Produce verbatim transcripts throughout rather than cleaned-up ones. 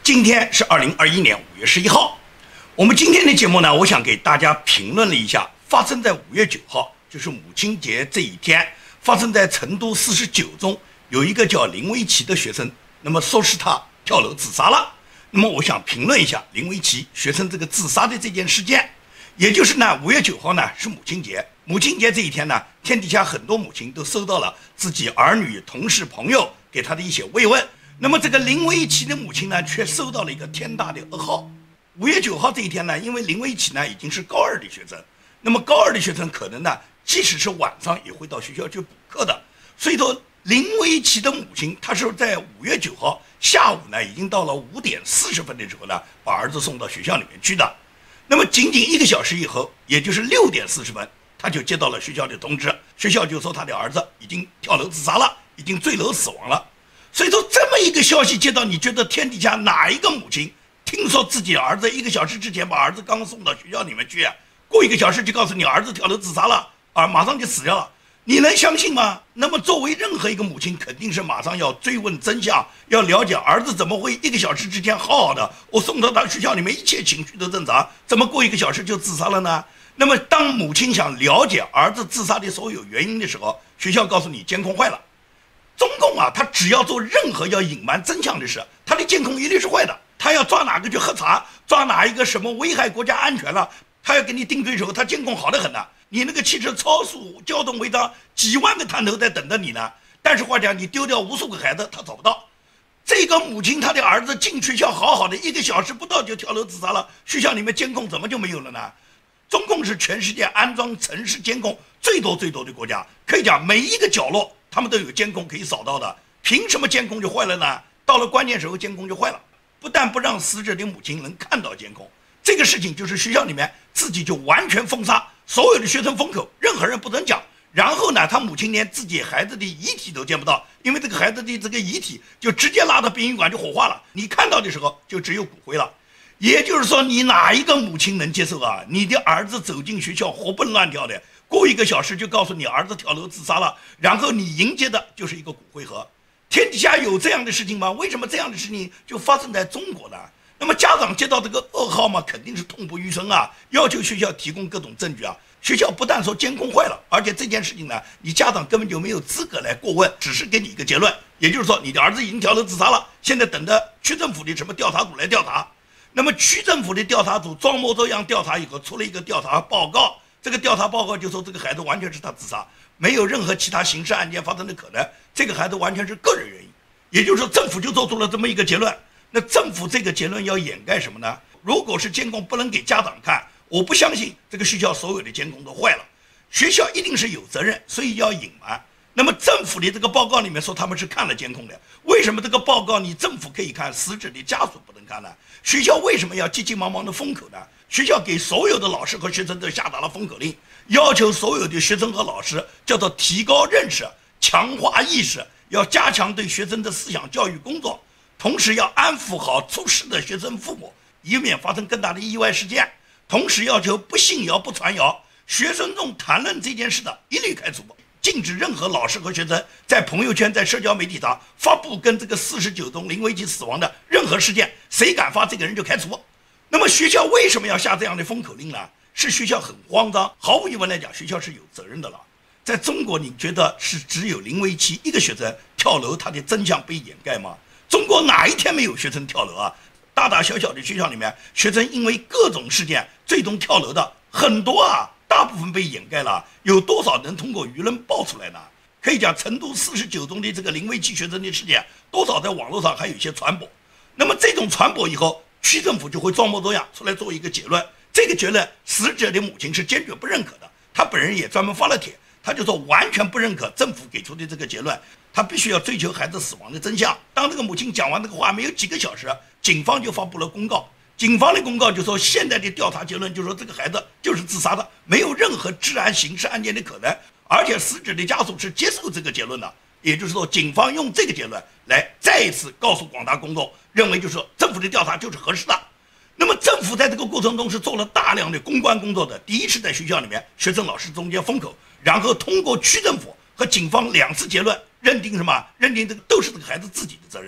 今天是二零二一年五月十一号，我们今天的节目呢，我想给大家评论了一下发生在五月九号，就是母亲节这一天，发生在成都四十九中有一个叫林维奇的学生，那么说是他跳楼自杀了。那么我想评论一下林维奇学生这个自杀的这件事件，也就是呢，五月九号呢是母亲节，母亲节这一天呢，天底下很多母亲都收到了自己儿女、同事、朋友给他的一些慰问。那么这个林维奇的母亲呢，却收到了一个天大的噩耗。五月九号这一天呢，因为林维奇呢已经是高二的学生，那么高二的学生可能呢，即使是晚上也会到学校去补课的，所以说林维奇的母亲，她是在五月九号下午呢，已经到了五点四十分的时候呢，把儿子送到学校里面去的。那么仅仅一个小时以后，也就是六点四十分，他就接到了学校的通知，学校就说他的儿子已经跳楼自杀了，已经坠楼死亡了。所以说这么一个消息接到，你觉得天底下哪一个母亲听说自己儿子一个小时之前把儿子刚送到学校里面去，过一个小时就告诉你儿子跳楼自杀了，啊，马上就死掉了，你能相信吗？那么作为任何一个母亲，肯定是马上要追问真相，要了解儿子怎么会一个小时之前好好的，我送到他学校里面一切情绪都正常，怎么过一个小时就自杀了呢？那么当母亲想了解儿子自杀的所有原因的时候，学校告诉你监控坏了。中共啊，他只要做任何要隐瞒真相的事，他的监控一律是坏的。他要抓哪个去喝茶，抓哪一个什么危害国家安全了，他要给你定罪的时候，他监控好得很呢。你那个汽车超速交通违章，几万个探头在等着你呢。但是话讲，你丢掉无数个孩子，他找不到。这个母亲，她的儿子进学校好好的，一个小时不到就跳楼自杀了，学校里面监控怎么就没有了呢？中共是全世界安装城市监控最多最多的国家，可以讲每一个角落他们都有监控可以扫到的，凭什么监控就坏了呢？到了关键时候监控就坏了，不但不让死者的母亲能看到监控，这个事情就是学校里面自己就完全封杀，所有的学生封口，任何人不准讲。然后呢，他母亲连自己孩子的遗体都见不到，因为这个孩子的这个遗体就直接拉到殡仪馆就火化了，你看到的时候就只有骨灰了。也就是说，你哪一个母亲能接受啊？你的儿子走进学校活蹦乱跳的，过一个小时就告诉你儿子跳楼自杀了，然后你迎接的就是一个骨灰盒。天底下有这样的事情吗？为什么这样的事情就发生在中国呢？那么家长接到这个噩耗嘛，肯定是痛不欲生啊，要求学校提供各种证据啊。学校不但说监控坏了，而且这件事情呢，你家长根本就没有资格来过问，只是给你一个结论，也就是说你的儿子已经跳楼自杀了，现在等着区政府的什么调查组来调查。那么区政府的调查组装模作样调查以后，出了一个调查报告，这个调查报告就说这个孩子完全是他自杀，没有任何其他刑事案件发生的可能，这个孩子完全是个人原因。也就是说政府就做出了这么一个结论。那政府这个结论要掩盖什么呢？如果是监控不能给家长看，我不相信这个学校所有的监控都坏了，学校一定是有责任，所以要隐瞒。那么政府的这个报告里面说他们是看了监控的，为什么这个报告你政府可以看，死者的家属不能看呢？学校为什么要急急忙忙的封口呢？学校给所有的老师和学生都下达了封口令，要求所有的学生和老师叫做提高认识，强化意识，要加强对学生的思想教育工作，同时要安抚好出事的学生父母，以免发生更大的意外事件，同时要求不信谣不传谣，学生中谈论这件事的一律开除，禁止任何老师和学生在朋友圈、在社交媒体上发布跟这个四十九中林维奇死亡的任何事件，谁敢发这个人就开除。那么学校为什么要下这样的封口令呢？是学校很慌张，毫无疑问来讲，学校是有责任的了。在中国，你觉得是只有林维奇一个学生跳楼，他的真相被掩盖吗？中国哪一天没有学生跳楼啊？大大小小的学校里面，学生因为各种事件最终跳楼的很多啊。大部分被掩盖了，有多少能通过舆论爆出来呢？可以讲成都四十九中的这个林维奇学生的事件，多少在网络上还有一些传播。那么这种传播以后，区政府就会装模作样出来做一个结论，这个结论死者的母亲是坚决不认可的，他本人也专门发了帖，他就说完全不认可政府给出的这个结论，他必须要追求孩子死亡的真相。当这个母亲讲完这个话，没有几个小时，警方就发布了公告。警方的公告就说，现在的调查结论就说这个孩子就是自杀的，没有任何治安刑事案件的可能，而且死者的家属是接受这个结论的。也就是说，警方用这个结论来再一次告诉广大公众，认为就是说政府的调查就是合适的。那么政府在这个过程中是做了大量的公关工作的，第一次在学校里面学生老师中间封口，然后通过区政府和警方两次结论认定什么？认定这个都是这个孩子自己的责任。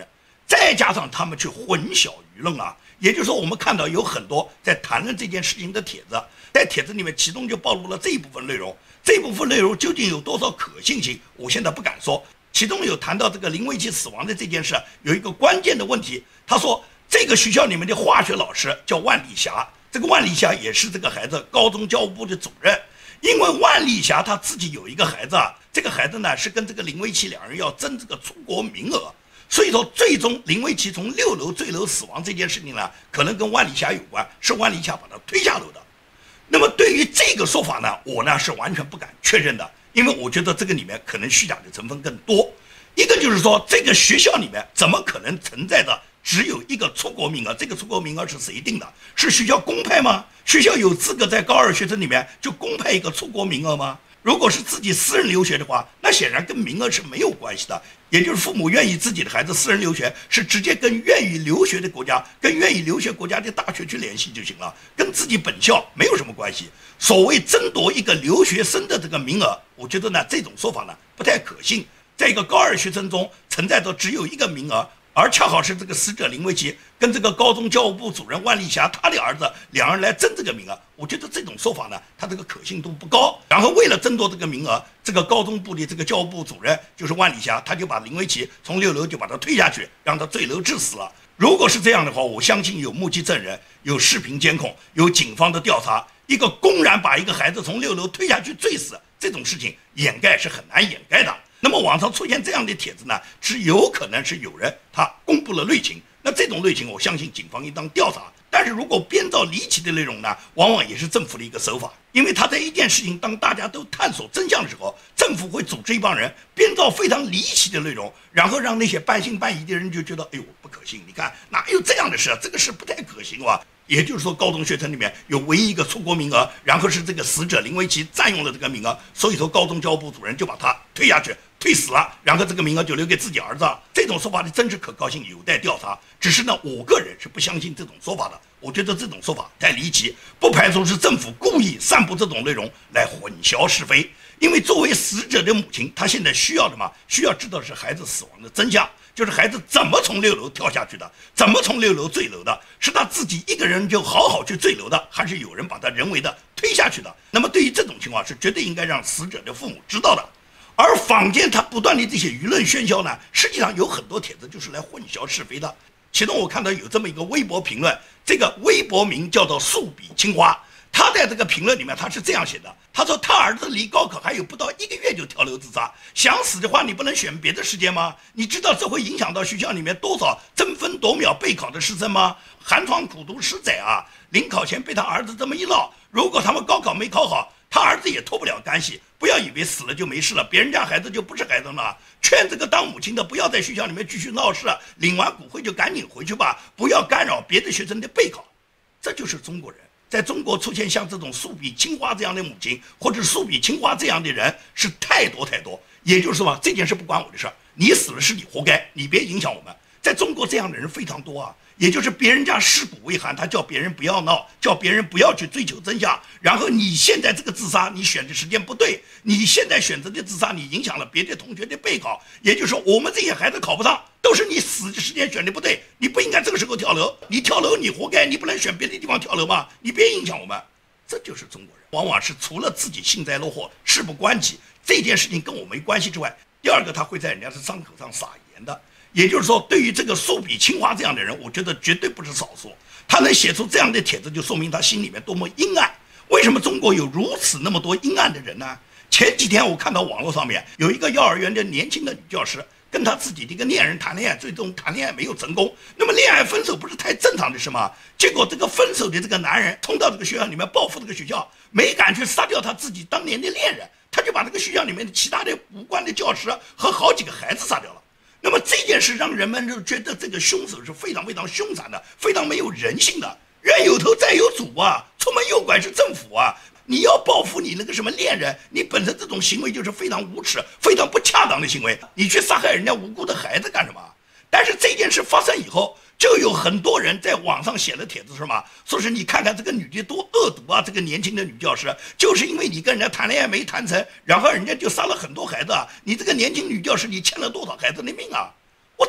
再加上他们去混淆舆论啊，也就是说，我们看到有很多在谈论这件事情的帖子，在帖子里面，其中就暴露了这一部分内容。这部分内容究竟有多少可信性，我现在不敢说。其中有谈到这个林维奇死亡的这件事，有一个关键的问题，他说这个学校里面的化学老师叫万丽霞，这个万丽霞也是这个孩子高中教务部的主任。因为万丽霞她自己有一个孩子啊，这个孩子呢是跟这个林维奇两人要争这个出国名额。所以说，最终林维奇从六楼坠楼死亡这件事情呢，可能跟万丽霞有关，是万丽霞把他推下楼的。那么对于这个说法呢，我呢是完全不敢确认的，因为我觉得这个里面可能虚假的成分更多。一个就是说，这个学校里面怎么可能存在着只有一个出国名额？这个出国名额是谁定的？是学校公派吗？学校有资格在高二学生里面就公派一个出国名额吗？如果是自己私人留学的话，那显然跟名额是没有关系的，也就是父母愿意自己的孩子私人留学，是直接跟愿意留学的国家、跟愿意留学国家的大学去联系就行了，跟自己本校没有什么关系。所谓争夺一个留学生的这个名额，我觉得呢这种说法呢不太可信。在一个高二学生中存在着只有一个名额，而恰好是这个死者林维奇跟这个高中教务部主任万丽霞他的儿子两人来争这个名额，我觉得这种说法呢，他这个可信度不高。然后为了争夺这个名额，这个高中部的这个教务部主任就是万丽霞，他就把林维奇从六楼就把他推下去，让他坠楼致死了。如果是这样的话，我相信有目击证人，有视频监控，有警方的调查，一个公然把一个孩子从六楼推下去坠死，这种事情掩盖是很难掩盖的。那么网上出现这样的帖子呢，只有可能是有人他公布了内情，那这种内情我相信警方应当调查。但是如果编造离奇的内容呢，往往也是政府的一个手法，因为他在一件事情当大家都探索真相的时候，政府会组织一帮人编造非常离奇的内容，然后让那些半信半疑的人就觉得哎呦不可信，你看哪有这样的事啊，这个事不太可行啊。也就是说，高中学生里面有唯一一个出国名额，然后是这个死者林维奇占用了这个名额，所以说高中教务部主任就把他推下去，推死了，然后这个名额就留给自己儿子。这种说法的真实可靠性有待调查，只是呢，我个人是不相信这种说法的。我觉得这种说法太离奇，不排除是政府故意散布这种内容来混淆是非。因为作为死者的母亲，她现在需要的嘛，需要知道是孩子死亡的真相。就是孩子怎么从六楼跳下去的，怎么从六楼坠楼的，是他自己一个人就好好去坠楼的，还是有人把他人为的推下去的？那么对于这种情况是绝对应该让死者的父母知道的。而坊间他不断的这些舆论喧嚣呢，实际上有很多帖子就是来混淆是非的。其中我看到有这么一个微博评论，这个微博名叫做素笔青花，他在这个评论里面他是这样写的，他说他儿子离高考还有不到一个月就跳楼自杀，想死的话你不能选别的时间吗？你知道这会影响到学校里面多少争分夺秒备考的师生吗？寒窗苦读十载啊，临考前被他儿子这么一闹，如果他们高考没考好，他儿子也脱不了干系。不要以为死了就没事了，别人家孩子就不是孩子了。劝这个当母亲的不要在学校里面继续闹事，领完骨灰就赶紧回去吧，不要干扰别的学生的备考。这就是中国人。在中国出现像这种素笔青花这样的母亲，或者素笔青花这样的人是太多太多。也就是说，这件事不关我的事儿，你死了是你活该，你别影响我们。在中国这样的人非常多啊，也就是别人家尸骨未寒，他叫别人不要闹，叫别人不要去追求真相。然后你现在这个自杀，你选的时间不对，你现在选择的自杀，你影响了别的同学的备考。也就是说，我们这些孩子考不上，都是你死的时间选的不对，你不应该这个时候跳楼，你跳楼你活该，你不能选别的地方跳楼吗？你别影响我们。这就是中国人，往往是除了自己幸灾乐祸、事不关己这件事情跟我没关系之外，第二个他会在人家的伤口上撒盐的。也就是说，对于这个素笔青花这样的人，我觉得绝对不是少数。他能写出这样的帖子，就说明他心里面多么阴暗。为什么中国有如此那么多阴暗的人呢？前几天我看到网络上面有一个幼儿园的年轻的女教师，跟她自己的一个恋人谈恋爱，最终谈恋爱没有成功。那么恋爱分手不是太正常的事吗？结果这个分手的这个男人冲到这个学校里面报复这个学校，没敢去杀掉他自己当年的恋人，他就把这个学校里面的其他的无关的教师和好几个孩子杀掉了。那么这件事让人们就觉得这个凶手是非常非常凶残的，非常没有人性的。人有头债有主啊，出门右拐是政府啊。你要报复你那个什么恋人，你本身这种行为就是非常无耻、非常不恰当的行为。你去杀害人家无辜的孩子干什么？但是这件事发生以后，就有很多人在网上写了帖子，是吗？说是你看看这个女的多恶毒啊，这个年轻的女教师，就是因为你跟人家谈恋爱没谈成，然后人家就杀了很多孩子啊。你这个年轻女教师，你欠了多少孩子的命啊？我真的感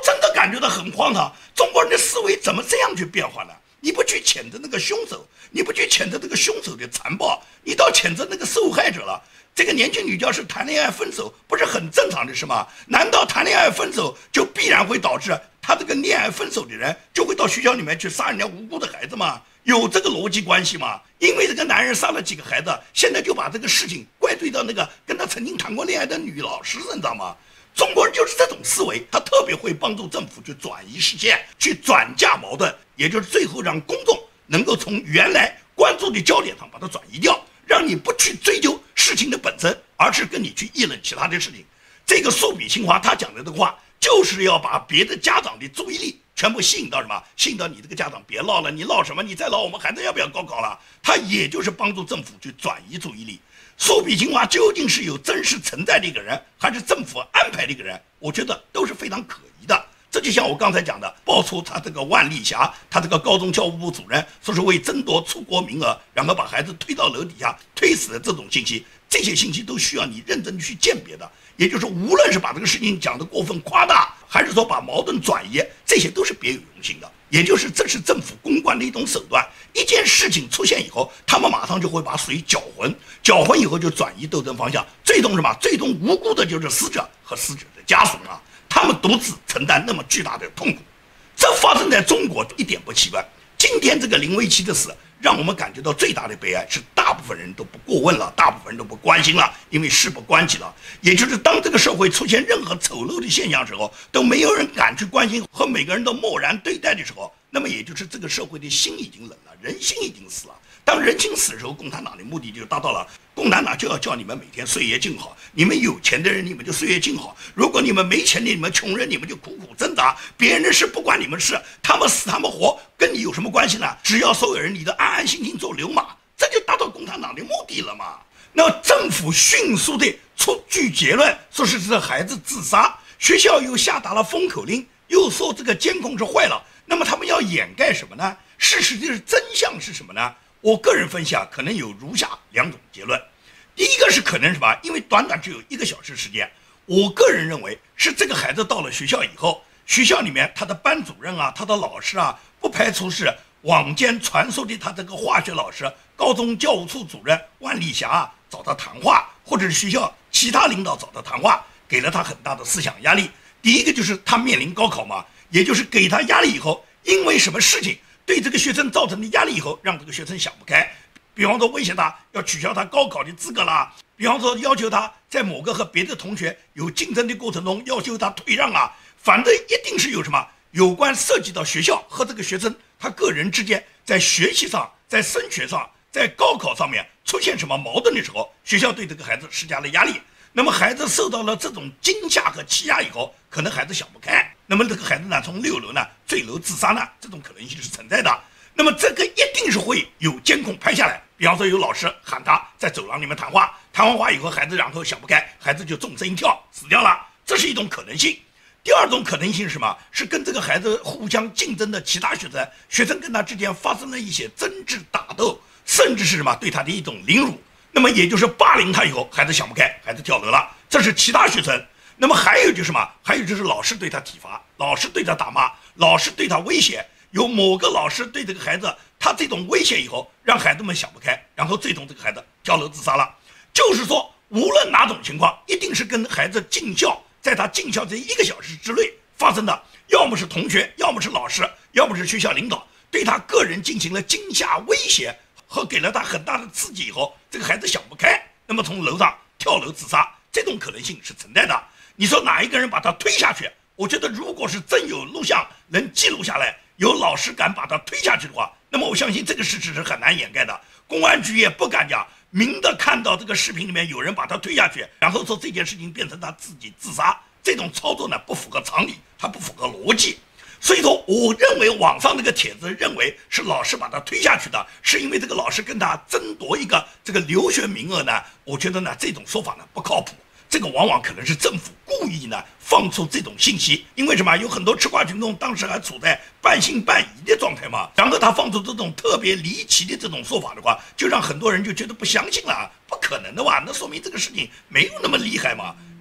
感觉到很荒唐，中国人的思维怎么这样去变化呢？你不去谴责那个凶手，你不去谴责这个凶手的残暴，你倒谴责那个受害者了。这个年轻女教师谈恋爱分手不是很正常的事吗？难道谈恋爱分手就必然会导致他这个恋爱分手的人就会到学校里面去杀人家无辜的孩子吗？有这个逻辑关系吗？因为这个男人杀了几个孩子，现在就把这个事情怪罪到那个跟他曾经谈过恋爱的女老师身上吗？中国人就是这种思维，他特别会帮助政府去转移视线，去转嫁矛盾，也就是最后让公众能够从原来关注的焦点上把它转移掉，让你不去追究事情的本身，而是跟你去议论其他的事情。这个素比清华他讲的这个话，就是要把别的家长的注意力全部吸引到什么？吸引到你这个家长别闹了，你闹什么？你再闹，我们孩子要不要高考了？他也就是帮助政府去转移注意力。素比清华究竟是有真实存在的一个人，还是政府安排的一个人？我觉得都是非常可疑的。这就像我刚才讲的，爆出他这个万丽霞，他这个高中教务部主任说是为争夺出国名额，然后把孩子推到楼底下推死的这种信息，这些信息都需要你认真去鉴别的。也就是无论是把这个事情讲得过分夸大，还是说把矛盾转移，这些都是别有用心的。也就是这是政府公关的一种手段。一件事情出现以后，他们马上就会把水搅浑，搅浑以后就转移斗争方向，最终什么？最终无辜的就是死者和死者的家属啊，他们独自承担那么巨大的痛苦。这发生在中国一点不奇怪。今天这个林维琪的死，让我们感觉到最大的悲哀是大部分人都不过问了，大部分人都不关心了，因为事不关己了。也就是当这个社会出现任何丑陋的现象的时候，都没有人敢去关心，和每个人都漠然对待的时候，那么也就是这个社会的心已经冷了，人心已经死了。当人心死的时候，共产党的目的就达到了。共产党就要叫你们每天岁月静好，你们有钱的人你们就岁月静好，如果你们没钱的，你们穷人你们就苦苦挣扎，别人的事不关你们事，他们死他们活跟你有什么关系呢？只要所有人你都安安心心做牛马，这就达到共产党的目的了嘛。那政府迅速的出具结论，说是这孩子自杀，学校又下达了封口令，又说这个监控是坏了，那么他们要掩盖什么呢？事实的真相是什么呢？我个人分析啊，可能有如下两种结论。第一个是可能什么？因为短短只有一个小时时间，我个人认为是这个孩子到了学校以后，学校里面他的班主任啊，他的老师啊，不排除是网间传说的他这个化学老师、高中教务处主任万丽霞啊找他谈话，或者是学校其他领导找他谈话，给了他很大的思想压力。第一个就是他面临高考嘛，也就是给他压力以后，因为什么事情对这个学生造成的压力以后，让这个学生想不开。比方说威胁他要取消他高考的资格啦，比方说要求他在某个和别的同学有竞争的过程中要求他退让啊，反正一定是有什么有关涉及到学校和这个学生他个人之间在学习上、在升学上、在高考上面出现什么矛盾的时候，学校对这个孩子施加了压力。那么孩子受到了这种惊吓和欺压以后，可能孩子想不开，那么这个孩子呢从六楼呢坠楼自杀呢，这种可能性是存在的。那么这个一定是会有监控拍下来，比方说有老师喊他在走廊里面谈话，谈完话以后孩子然后想不开，孩子就纵身一跳死掉了，这是一种可能性。第二种可能性是什么？是跟这个孩子互相竞争的其他学生，学生跟他之间发生了一些争执打斗，甚至是什么对他的一种凌辱，那么也就是霸凌他以后孩子想不开，孩子跳楼了，这是其他学生。那么还有就是什么？还有就是老师对他体罚，老师对他打骂，老师对他威胁，有某个老师对这个孩子他这种威胁以后，让孩子们想不开，然后最终这个孩子跳楼自杀了。就是说无论哪种情况，一定是跟孩子进校，在他进校这一个小时之内发生的，要么是同学，要么是老师，要么是学校领导对他个人进行了惊吓威胁和给了他很大的刺激以后，这个孩子想不开，那么从楼上跳楼自杀，这种可能性是存在的。你说哪一个人把他推下去？我觉得如果是真有录像能记录下来，有老师敢把他推下去的话，那么我相信这个事实是很难掩盖的，公安局也不敢讲明的看到这个视频里面有人把他推下去，然后说这件事情变成他自己自杀，这种操作呢不符合常理，它不符合逻辑。所以说我认为网上那个帖子认为是老师把他推下去的，是因为这个老师跟他争夺一个这个留学名额呢，我觉得呢这种说法呢不靠谱，这个往往可能是政府故意呢放出这种信息，因为什么？有很多吃瓜群众当时还处在半信半疑的状态嘛，然后他放出这种特别离奇的这种说法的话，就让很多人就觉得不相信了，不可能的话，那说明这个事情没有那么厉害嘛。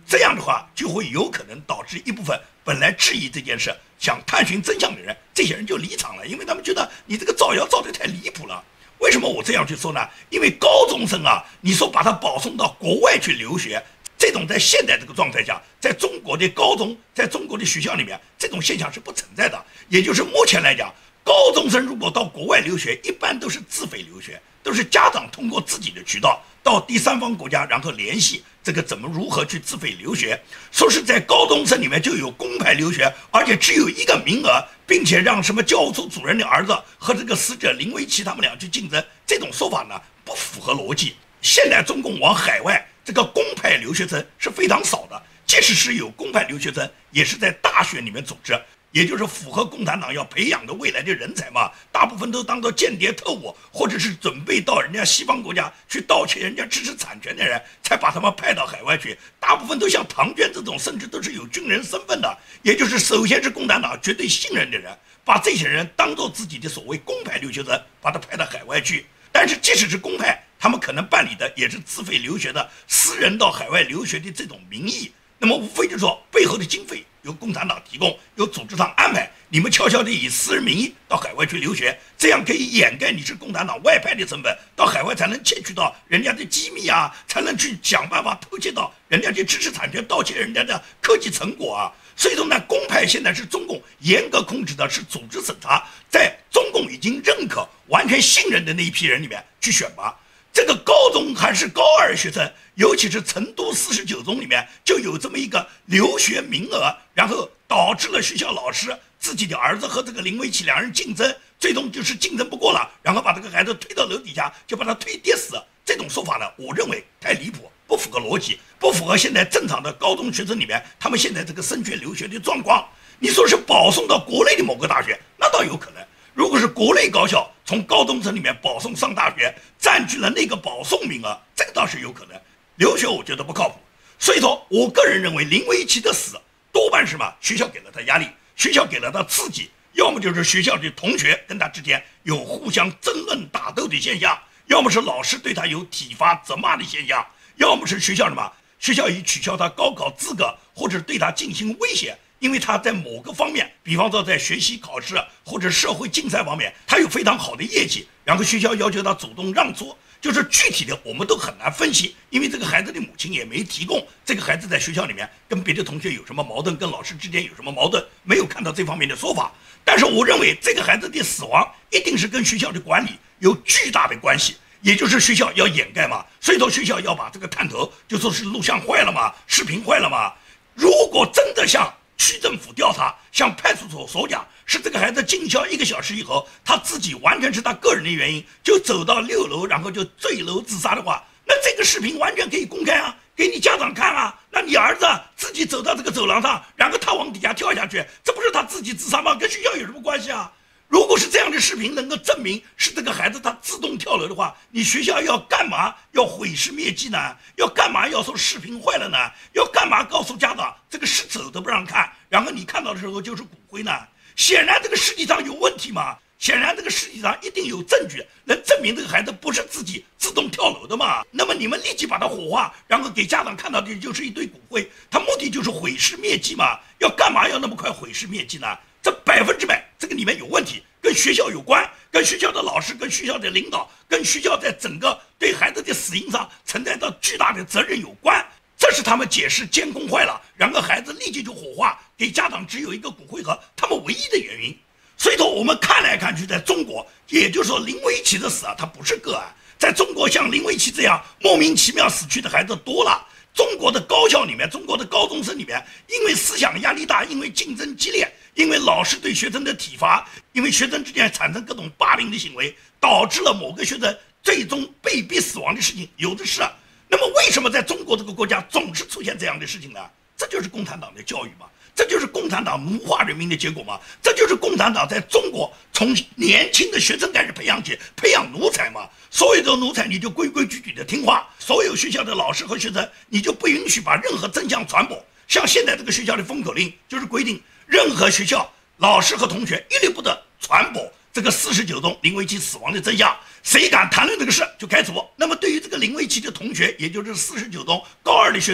这样的话就会有可能导致一部分本来质疑这件事、想探寻真相的人，这些人就离场了，因为他们觉得你这个造谣造得太离谱了。为什么我这样去说呢？因为高中生啊，你说把他保送到国外去留学，这种在现在这个状态下，在中国的高中，在中国的学校里面，这种现象是不存在的。也就是目前来讲，高中生如果到国外留学，一般都是自费留学，都是家长通过自己的渠道到第三方国家，然后联系这个怎么如何去自费留学。说是在高中生里面就有公派留学，而且只有一个名额，并且让什么教务处主任的儿子和这个死者林维奇他们俩去竞争，这种说法呢不符合逻辑。现在中共往海外这个公派留学生是非常少的，即使是有公派留学生，也是在大学里面组织，也就是符合共产党要培养的未来的人才嘛，大部分都当做间谍特务，或者是准备到人家西方国家去盗窃人家知识产权的人，才把他们派到海外去。大部分都像唐娟这种，甚至都是有军人身份的，也就是首先是共产党绝对信任的人，把这些人当做自己的所谓公派留学生，把他派到海外去。但是即使是公派，他们可能办理的也是自费留学的私人到海外留学的这种名义，那么无非就是说背后的经费由共产党提供，由组织上安排，你们悄悄地以私人名义到海外去留学，这样可以掩盖你是共产党外派的身份，到海外才能窃取到人家的机密啊，才能去想办法偷窃到人家的知识产权，盗窃人家的科技成果啊。所以说呢，公派现在是中共严格控制的，是组织审查，在中共已经认可、完全信任的那一批人里面去选拔。这个高中还是高二学生，尤其是成都四十九中里面就有这么一个留学名额，然后导致了学校老师自己的儿子和这个林维奇两人竞争，最终就是竞争不过了，然后把这个孩子推到楼底下，就把他推跌死。这种说法呢，我认为太离谱，不符合逻辑，不符合现在正常的高中学生里面他们现在这个升学留学的状况。你说是保送到国内的某个大学，那倒有可能。如果是国内高校从高中生里面保送上大学，占据了那个保送名额，这个倒是有可能。留学我觉得不靠谱。所以说我个人认为林维奇的死多半是什么？学校给了他压力，学校给了他刺激，要么就是学校的同学跟他之间有互相争论打斗的现象，要么是老师对他有体罚责骂的现象，要么是学校什么学校以取消他高考资格，或者对他进行威胁，因为他在某个方面，比方说在学习考试或者社会竞赛方面，他有非常好的业绩，然后学校要求他主动让座。就是具体的我们都很难分析，因为这个孩子的母亲也没提供这个孩子在学校里面跟别的同学有什么矛盾，跟老师之间有什么矛盾，没有看到这方面的说法。但是我认为这个孩子的死亡一定是跟学校的管理有巨大的关系，也就是学校要掩盖嘛，所以说学校要把这个探头就说是录像坏了嘛，视频坏了嘛。如果真的像区政府调查，向派出所所讲，是这个孩子进校一个小时以后，他自己完全是他个人的原因，就走到六楼，然后就坠楼自杀的话，那这个视频完全可以公开啊，给你家长看啊。那你儿子自己走到这个走廊上，然后他往底下跳下去，这不是他自己自杀吗？跟学校有什么关系啊？如果是这样的视频能够证明是这个孩子他自动跳楼的话，你学校要干嘛要毁尸灭迹呢？要干嘛要说视频坏了呢？要干嘛告诉家长这个尸首都不让看，然后你看到的时候就是骨灰呢？显然这个尸体上有问题嘛，显然这个尸体上一定有证据能证明这个孩子不是自己自动跳楼的嘛。那么你们立即把它火化，然后给家长看到的就是一堆骨灰，他目的就是毁尸灭迹嘛。要干嘛要那么快毁尸灭迹呢？这百分之百这个里面有问题，跟学校有关，跟学校的老师，跟学校的领导，跟学校在整个对孩子的死因上承担到巨大的责任有关。这是他们解释监控坏了，然后孩子立即就火化，给家长只有一个骨灰盒，他们唯一的原因。所以说我们看来看去，在中国，也就是说林维奇的死啊，他不是个案，在中国像林维奇这样莫名其妙死去的孩子多了。中国的高校里面，中国的高中生里面，因为思想压力大，因为竞争激烈，因为老师对学生的体罚，因为学生之间产生各种霸凌的行为，导致了某个学生最终被逼死亡的事情有的是。那么为什么在中国这个国家总是出现这样的事情呢？这就是共产党的教育嘛，这就是共产党奴化人民的结果嘛，这就是共产党在中国从年轻的学生开始培养起，培养奴才嘛。所有的奴才你就规规矩矩的听话，所有学校的老师和学生你就不允许把任何真相传播。像现在这个学校的封口令就是规定，任何学校老师和同学一律不得传播这个四十九中林维奇死亡的真相，谁敢谈论这个事就开除。那么对于这个林维奇的同学，也就是四十九中高二的学生，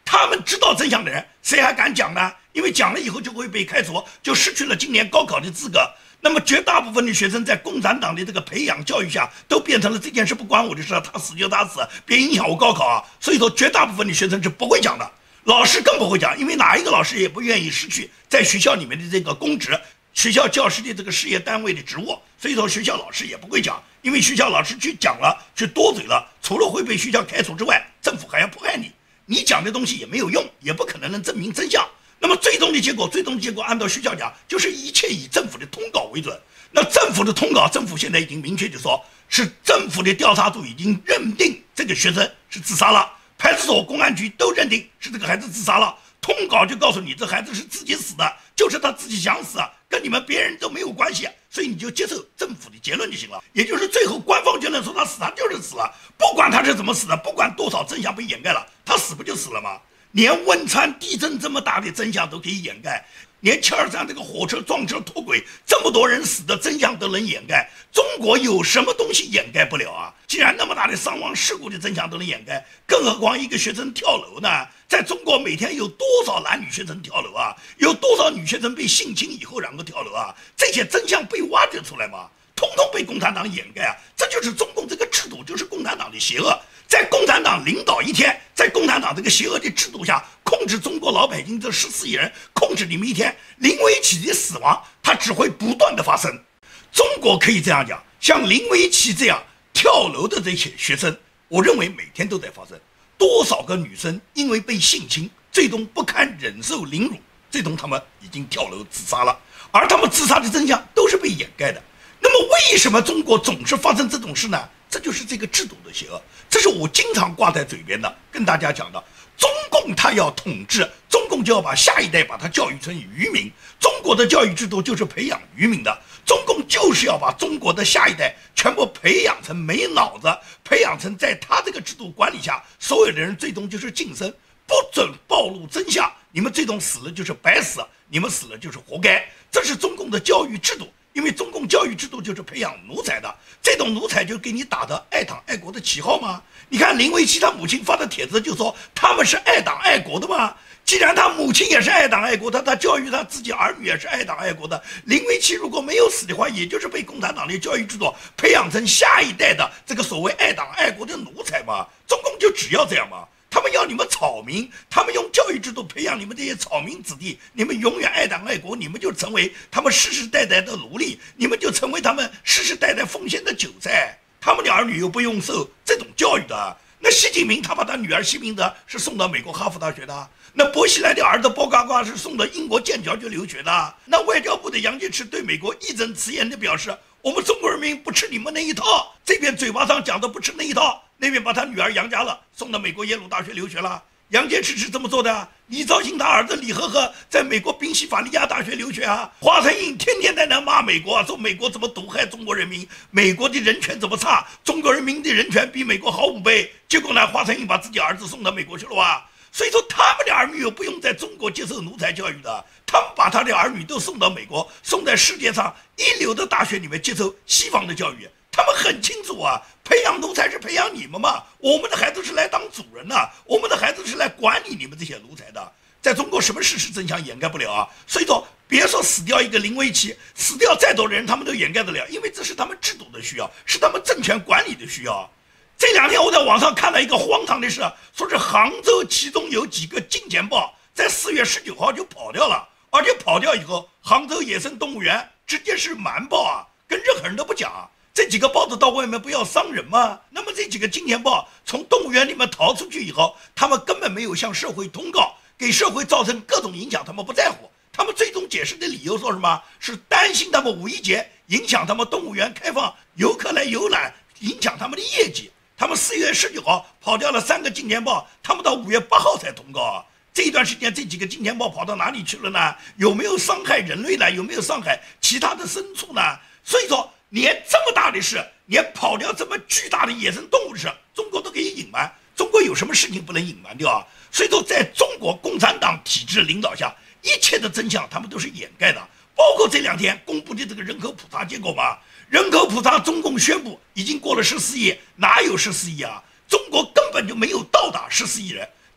他们知道真相的人，谁还敢讲呢？因为讲了以后就会被开除，就失去了今年高考的资格。那么绝大部分的学生在共产党的这个培养教育下，都变成了这件事不关我的事，他死就他死，别影响我高考啊。所以说，绝大部分的学生是不会讲的，老师更不会讲，因为哪一个老师也不愿意失去在学校里面的这个公职，学校教师的这个事业单位的职务。所以说，学校老师也不会讲，因为学校老师去讲了，去多嘴了，除了会被学校开除之外，政府还要迫害你，你讲的东西也没有用，也不可能能证明真相。那么最终的结果，最终的结果按照学校讲，就是一切以政府的通稿为准。那政府的通稿，政府现在已经明确的说，是政府的调查组已经认定这个学生是自杀了，派出所、公安局都认定是这个孩子自杀了。通稿就告诉你，这孩子是自己死的，就是他自己想死，跟你们别人都没有关系，所以你就接受政府的结论就行了。也就是最后官方结论说他死，他就是死了，不管他是怎么死的，不管多少真相被掩盖了，他死不就死了吗？连汶川地震这么大的真相都可以掩盖，连切尔山这个火车撞车脱轨这么多人死的真相都能掩盖，中国有什么东西掩盖不了啊？既然那么大的伤亡事故的真相都能掩盖，更何况一个学生跳楼呢？在中国每天有多少男女学生跳楼啊？有多少女学生被性侵以后然后跳楼啊？这些真相被挖掘出来吗？通通被共产党掩盖啊！这就是中共这个制度，就是共产党的邪恶。在共产党领导一天，在共产党这个邪恶的制度下，控制中国老百姓这十四亿人，控制你们一天，林维奇的死亡，它只会不断的发生。中国可以这样讲，像林维奇这样跳楼的这些学生，我认为每天都在发生。多少个女生因为被性侵，最终不堪忍受凌辱，最终他们已经跳楼自杀了，而他们自杀的真相都是被掩盖的。那么为什么中国总是发生这种事呢？这就是这个制度的邪恶，这是我经常挂在嘴边的，跟大家讲的。中共他要统治，中共就要把下一代把他教育成愚民。中国的教育制度就是培养愚民的，中共就是要把中国的下一代全部培养成没脑子，培养成在他这个制度管理下，所有的人最终就是晋升，不准暴露真相，你们最终死了就是白死，你们死了就是活该。这是中共的教育制度。因为中共教育制度就是培养奴才的，这种奴才就给你打的爱党爱国的旗号吗？你看林维奇他母亲发的帖子就说他们是爱党爱国的吗？既然他母亲也是爱党爱国的，他教育他自己儿女也是爱党爱国的，林维奇如果没有死的话，也就是被共产党的教育制度培养成下一代的这个所谓爱党爱国的奴才嘛。中共就只要这样嘛。他们要你们草民，他们用教育制度培养你们这些草民子弟，你们永远爱党爱国，你们就成为他们世世代代的奴隶，你们就成为他们世世代代奉献的韭菜。他们的儿女又不用受这种教育的。那习近平他把他女儿习明德是送到美国哈佛大学的，那薄熙来的儿子包嘎嘎是送到英国剑桥去留学的。那外交部的杨洁篪对美国义正辞严地表示，我们中国人民不吃你们那一套，这边嘴巴上讲的不吃那一套，那边把他女儿杨家乐送到美国耶鲁大学留学了。杨洁篪是这么做的，李兆星他儿子李和和在美国宾夕法尼亚大学留学啊。华春莹天天在那骂美国啊，说美国怎么毒害中国人民，美国的人权怎么差，中国人民的人权比美国好五倍。结果呢，华春莹把自己儿子送到美国去了啊。所以说他们的儿女又不用在中国接受奴才教育的，他们把他的儿女都送到美国，送在世界上一流的大学里面接受西方的教育。他们很清楚啊，培养奴才是培养你们嘛，我们的孩子是来当主人的、啊，我们的孩子是来管理你们这些奴才的。在中国什么事实真相掩盖不了啊？所以说别说死掉一个林维奇，死掉再多的人他们都掩盖得了，因为这是他们制度的需要，是他们政权管理的需要。这两天我在网上看到一个荒唐的事，说是杭州其中有几个金钱豹在四月十九号就跑掉了，而且跑掉以后，杭州野生动物园直接是瞒报啊，跟任何人都不讲、啊。这几个豹子到外面不要伤人吗？那么这几个金钱豹从动物园里面逃出去以后，他们根本没有向社会通告，给社会造成各种影响，他们不在乎。他们最终解释的理由说什么？是担心他们五一节影响他们动物园开放，游客来游览，影响他们的业绩。他们四月十九号跑掉了三个金钱豹，他们到五月八号才通告啊。这一段时间，这几个金钱豹跑到哪里去了呢？有没有伤害人类呢？有没有伤害其他的牲畜呢？所以说，连这么大的事，连跑掉这么巨大的野生动物的事，中国都可以隐瞒。中国有什么事情不能隐瞒掉啊？所以说，在中国共产党体制领导下，一切的真相他们都是掩盖的。包括这两天公布的这个人口普查结果嘛，人口普查中共宣布已经过了十四亿，哪有十四亿啊？中国根本就没有到达十四亿人。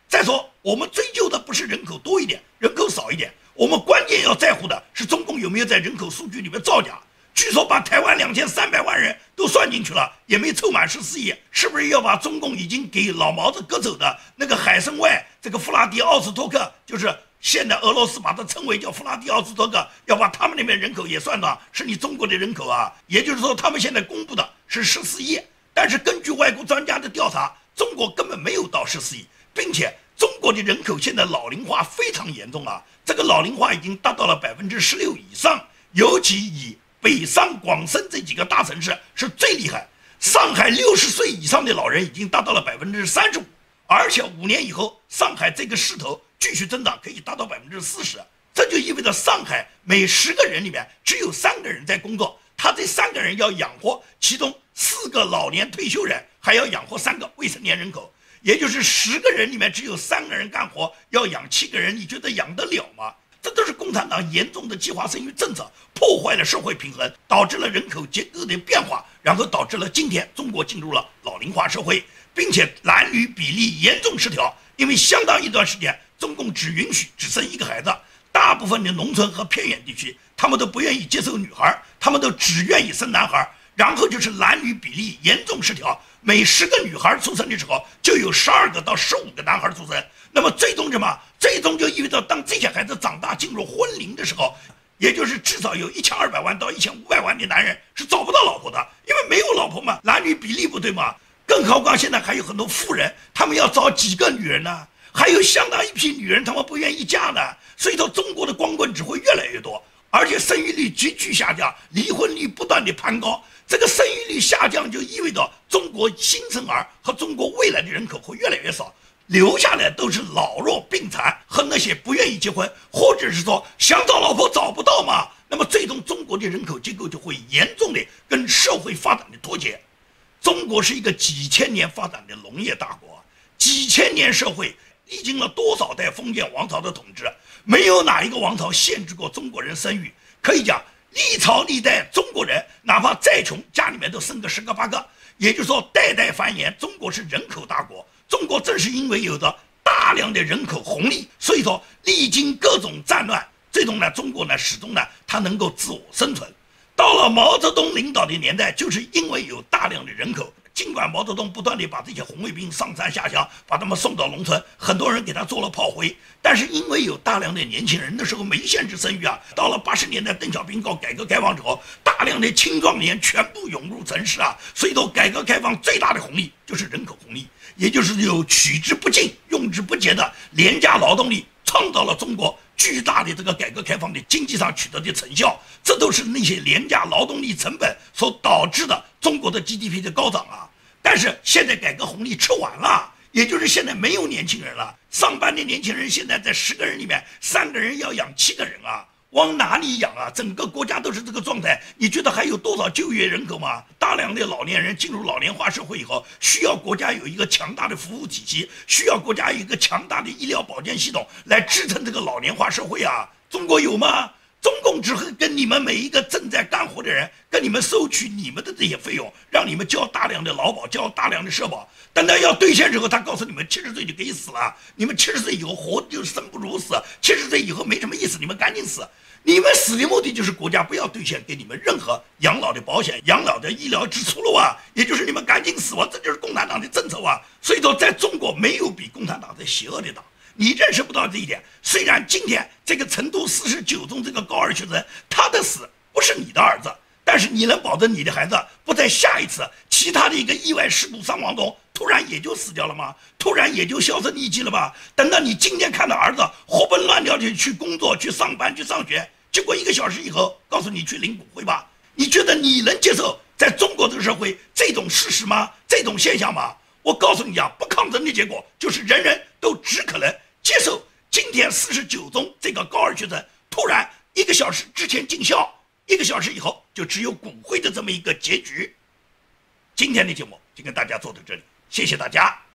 再说，我们追究的不是人口多一点，人口少一点，我们关键要在乎的是中共有没有在人口数据里面造假。据说把台湾两千三百万人都算进去了，也没凑满十四亿，是不是要把中共已经给老毛子割走的那个海参崴这个弗拉迪奥斯托克，就是现在俄罗斯把它称为叫弗拉迪奥斯托克，要把他们那边人口也算到是你中国的人口啊？也就是说，他们现在公布的是十四亿，但是根据外国专家的调查，中国根本没有到十四亿，并且中国的人口现在老龄化非常严重啊，这个老龄化已经达到了百分之十六以上，尤其以北上广深这几个大城市是最厉害，上海六十岁以上的老人已经达到了百分之三十五，而且五年以后，上海这个势头继续增长，可以达到百分之四十。这就意味着上海每十个人里面只有三个人在工作，他这三个人要养活其中四个老年退休人，还要养活三个未成年人口，也就是十个人里面只有三个人干活，要养七个人，你觉得养得了吗？这都是共产党严重的计划生育政策，破坏了社会平衡，导致了人口结构的变化，然后导致了今天中国进入了老龄化社会，并且男女比例严重失调。因为相当一段时间，中共只允许只生一个孩子，大部分的农村和偏远地区，他们都不愿意接受女孩，他们都只愿意生男孩。然后就是男女比例严重失调，每十个女孩出生的时候，就有十二个到十五个男孩出生。那么最终什么？最终就意味着当这些孩子长大进入婚龄的时候，也就是至少有一千二百万到一千五百万的男人是找不到老婆的，因为没有老婆嘛，男女比例不对嘛。更何况现在还有很多富人，他们要找几个女人呢？还有相当一批女人，他们不愿意嫁呢。所以说，中国的光棍只会越来越多，而且生育率急剧下降，离婚率不断的攀高。这个生育率下降就意味着中国新生儿和中国未来的人口会越来越少，留下来都是老弱病残和那些不愿意结婚，或者是说想找老婆找不到嘛。那么最终中国的人口结构就会严重的跟社会发展的脱节。中国是一个几千年发展的农业大国，几千年社会历经了多少代封建王朝的统治，没有哪一个王朝限制过中国人生育。可以讲历朝历代中国人哪怕再穷，家里面都生个十个八个，也就是说代代繁衍。中国是人口大国，中国正是因为有着大量的人口红利，所以说历经各种战乱，最终呢，中国呢始终呢它能够自我生存。到了毛泽东领导的年代，就是因为有大量的人口，尽管毛泽东不断地把这些红卫兵上山下乡，把他们送到农村，很多人给他做了炮灰，但是因为有大量的年轻人，那时候没限制生育啊。到了八十年代，邓小平搞改革开放之后，大量的青壮年全部涌入城市啊，所以说改革开放最大的红利就是人口红利，也就是有取之不尽、用之不竭的廉价劳动力，创造了中国巨大的这个改革开放的经济上取得的成效。这都是那些廉价劳动力成本所导致的中国的 G D P 的高涨啊。但是现在改革红利吃完了，也就是现在没有年轻人了，上班的年轻人现在在十个人里面三个人要养七个人啊，往哪里养啊？整个国家都是这个状态，你觉得还有多少就业人口吗？大量的老年人进入老年化社会以后，需要国家有一个强大的服务体系，需要国家有一个强大的医疗保健系统来支撑这个老年化社会啊。中国有吗？中共只会跟你们每一个正在干活的人，跟你们收取你们的这些费用，让你们交大量的劳保，交大量的社保。等到要兑现之后，他告诉你们七十岁就可以死了，你们七十岁以后活就生不如死，七十岁以后没什么意思，你们赶紧死。你们死的目的就是国家不要兑现给你们任何养老的保险、养老的医疗支出了啊，也就是你们赶紧死亡，这就是共产党的政策啊。所以说，在中国没有比共产党在邪恶的党。你认识不到这一点。虽然今天这个成都四十九中这个高二学生，他的死不是你的儿子，但是你能保证你的孩子不在下一次其他的一个意外事故伤亡中突然也就死掉了吗？突然也就销声匿迹了吧？等到你今天看到儿子活蹦乱跳的去工作、去上班、去上学，结果一个小时以后告诉你去领骨灰吧，你觉得你能接受在中国这个社会这种事实吗？这种现象吗？我告诉你讲，不抗争的结果就是人人都只可能接受今天四十九中这个高二学生突然一个小时之前进校，一个小时以后就只有骨灰的这么一个结局。今天的节目就跟大家做到这里，谢谢大家。